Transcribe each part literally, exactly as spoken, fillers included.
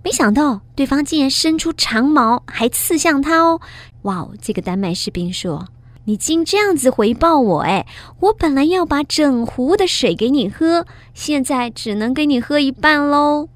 没想到对方竟然伸出长矛，还刺向他哦！哇哦，这个丹麦士兵说：“你竟这样子回报我，哎，我本来要把整壶的水给你喝，现在只能给你喝一半喽。”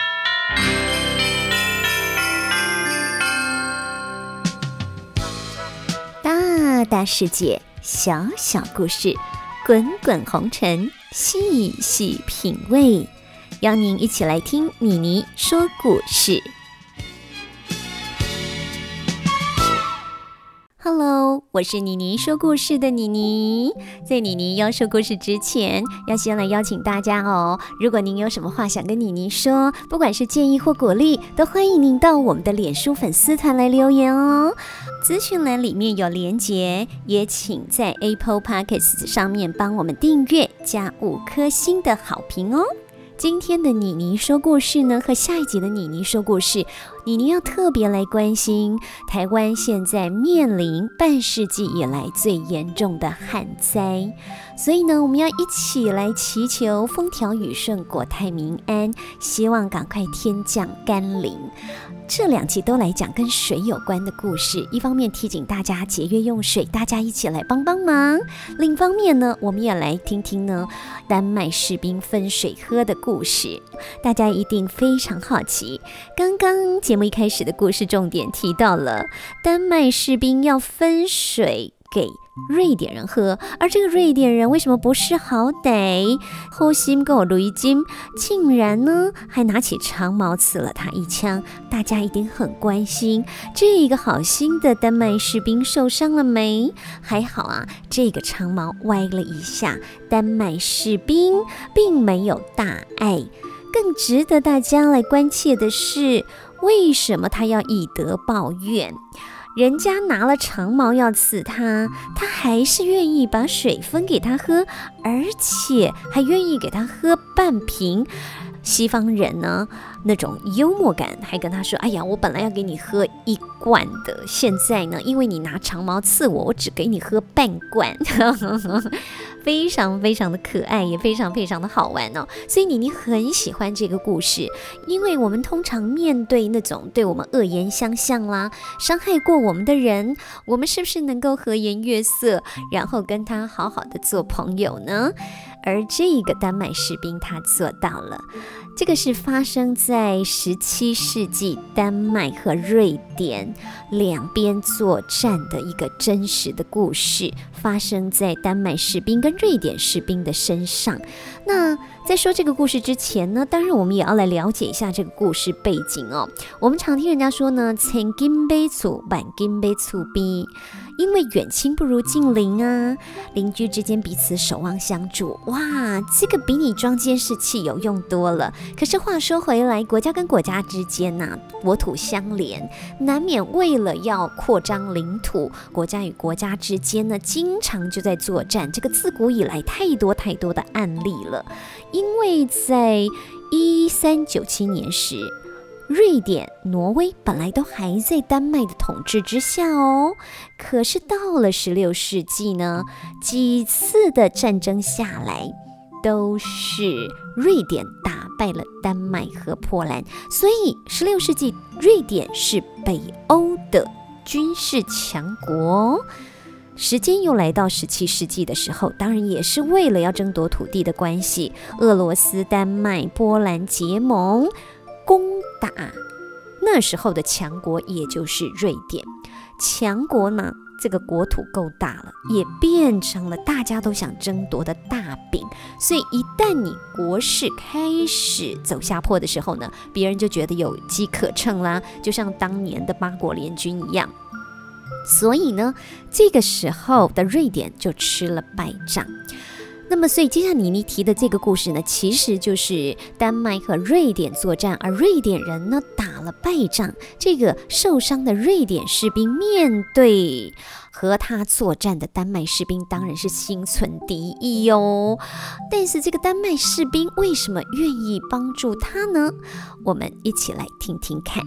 大大世界，小小故事，滚滚红尘，细细品味。邀您一起来听妮妮说故事。Hello， 我是妮妮说故事的妮妮。在妮妮要说故事之前，要先来邀请大家哦。如果您有什么话想跟妮妮说，不管是建议或鼓励，都欢迎您到我们的脸书粉丝团来留言哦。资讯栏里面有连结，也请在 Apple Podcast 上面帮我们订阅加五颗星的好评哦。今天的妮妮说故事呢，和下一集的妮妮说故事，妮妮要特别来关心台湾现在面临半世纪以来最严重的旱灾，所以呢，我们要一起来祈求风调雨顺、国泰民安，希望赶快天降甘霖。这两期都来讲跟水有关的故事，一方面提醒大家节约用水，大家一起来帮帮忙；另一方面呢，我们也来听听呢丹麦士兵分水喝的故事。大家一定非常好奇，刚刚节目一开始的故事重点提到了丹麦士兵要分水给瑞典人喝，而这个瑞典人为什么不识好歹，好心跟我如今竟然呢还拿起长矛刺了他一枪？大家一定很关心，这个好心的丹麦士兵受伤了没？还好啊，这个长矛歪了一下，丹麦士兵并没有大碍。更值得大家来关切的是，为什么他要以德报怨？人家拿了长矛要刺他，他还是愿意把水分给他喝，而且还愿意给他喝半瓶。西方人呢，那种幽默感，还跟他说：“哎呀，我本来要给你喝一罐的，现在呢，因为你拿长矛刺我，我只给你喝半罐。”非常非常的可爱，也非常非常的好玩哦。所以妮妮很喜欢这个故事，因为我们通常面对那种对我们恶言相向啦、伤害过我们的人，我们是不是能够和颜悦色，然后跟他好好的做朋友呢？而这个丹麦士兵他做到了。这个是发生在十七世纪丹麦和瑞典两边作战的一个真实的故事，发生在丹麦士兵跟瑞典士兵的身上。那在说这个故事之前呢，当然我们也要来了解一下这个故事背景哦。我们常听人家说呢，千金杯醋，万金杯醋逼，因为远亲不如近邻啊，邻居之间彼此守望相助，哇，这个比你装监视器有用多了。可是话说回来，国家跟国家之间啊，国土相连，难免为了要扩张领土，国家与国家之间呢，经常就在作战。这个自古以来太多太多的案例了。因为在一三九七年时，瑞典、挪威本来都还在丹麦的统治之下哦，可是到了十六世纪呢，几次的战争下来，都是瑞典打败了丹麦和波兰，所以十六世纪瑞典是北欧的军事强国。时间又来到十七世纪的时候，当然也是为了要争夺土地的关系，俄罗斯、丹麦、波兰结盟攻打那时候的强国，也就是瑞典。强国呢，这个国土够大了，也变成了大家都想争夺的大饼。所以一旦你国势开始走下坡的时候呢，别人就觉得有机可乘啦，就像当年的八国联军一样。所以呢，这个时候的瑞典就吃了败仗。那么所以接下来妮妮提的这个故事呢，其实就是丹麦和瑞典作战，而瑞典人呢打了败仗。这个受伤的瑞典士兵面对和他作战的丹麦士兵，当然是心存敌意哦。但是这个丹麦士兵为什么愿意帮助他呢？我们一起来听听看。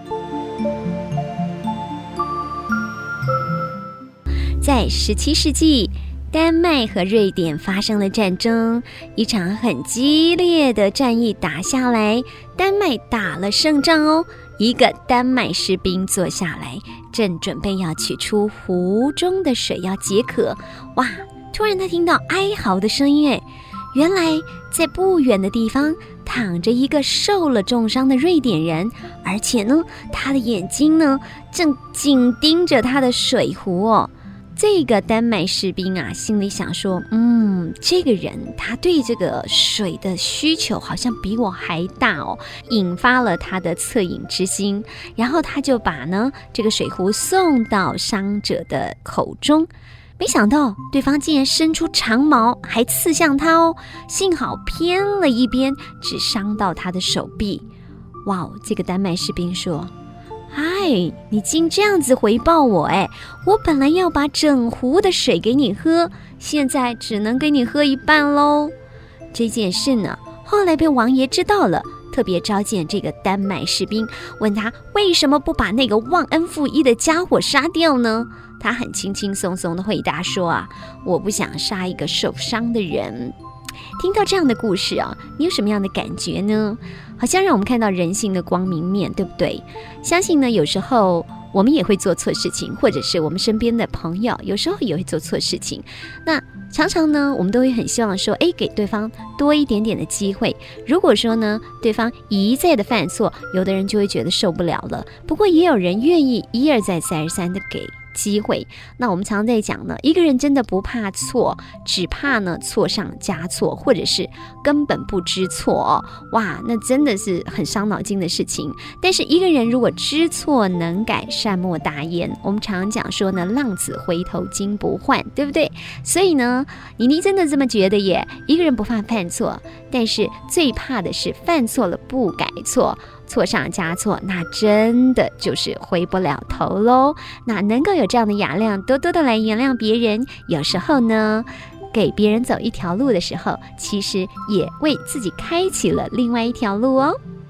在十七世纪， 丹麦和瑞典发生了战争，一场很激烈的战役打下来，丹麦打了胜仗哦。一个丹麦士兵坐下来，正准备要取出壶中的水要解渴，哇！突然他听到哀嚎的声音，哎，原来在不远的地方躺着一个受了重伤的瑞典人，而且呢，他的眼睛呢正紧盯着他的水壶哦。这个丹麦士兵啊，心里想说，嗯，这个人他对这个水的需求好像比我还大哦，引发了他的恻隐之心，然后他就把呢这个水壶送到伤者的口中，没想到对方竟然伸出长矛，还刺向他哦，幸好偏了一边，只伤到他的手臂。哇，这个丹麦士兵说，哎，你竟这样子回报我，哎，我本来要把整壶的水给你喝，现在只能给你喝一半喽。这件事呢，后来被王爷知道了，特别召见这个丹麦士兵，问他为什么不把那个忘恩负义的家伙杀掉呢？他很轻轻松松的回答说啊，我不想杀一个受伤的人。听到这样的故事啊，你有什么样的感觉呢？好像让我们看到人性的光明面，对不对？相信呢，有时候我们也会做错事情，或者是我们身边的朋友有时候也会做错事情。那常常呢，我们都会很希望说，哎，给对方多一点点的机会。如果说呢，对方一再的犯错，有的人就会觉得受不了了。不过也有人愿意一而再再而三的给机会。那我们常在讲呢，一个人真的不怕错，只怕呢错上加错，或者是根本不知错哦。哇，那真的是很伤脑筋的事情。但是一个人如果知错能改，善莫大焉。我们常讲说呢，浪子回头金不换，对不对？所以呢，妮妮真的这么觉得耶。一个人不怕犯错，但是最怕的是犯错了不改错，错上加错，那真的就是回不了头喽。那能够有这样的雅量，多多的来原谅别人，有时候呢，给别人走一条路的时候，其实也为自己开启了另外一条路哦。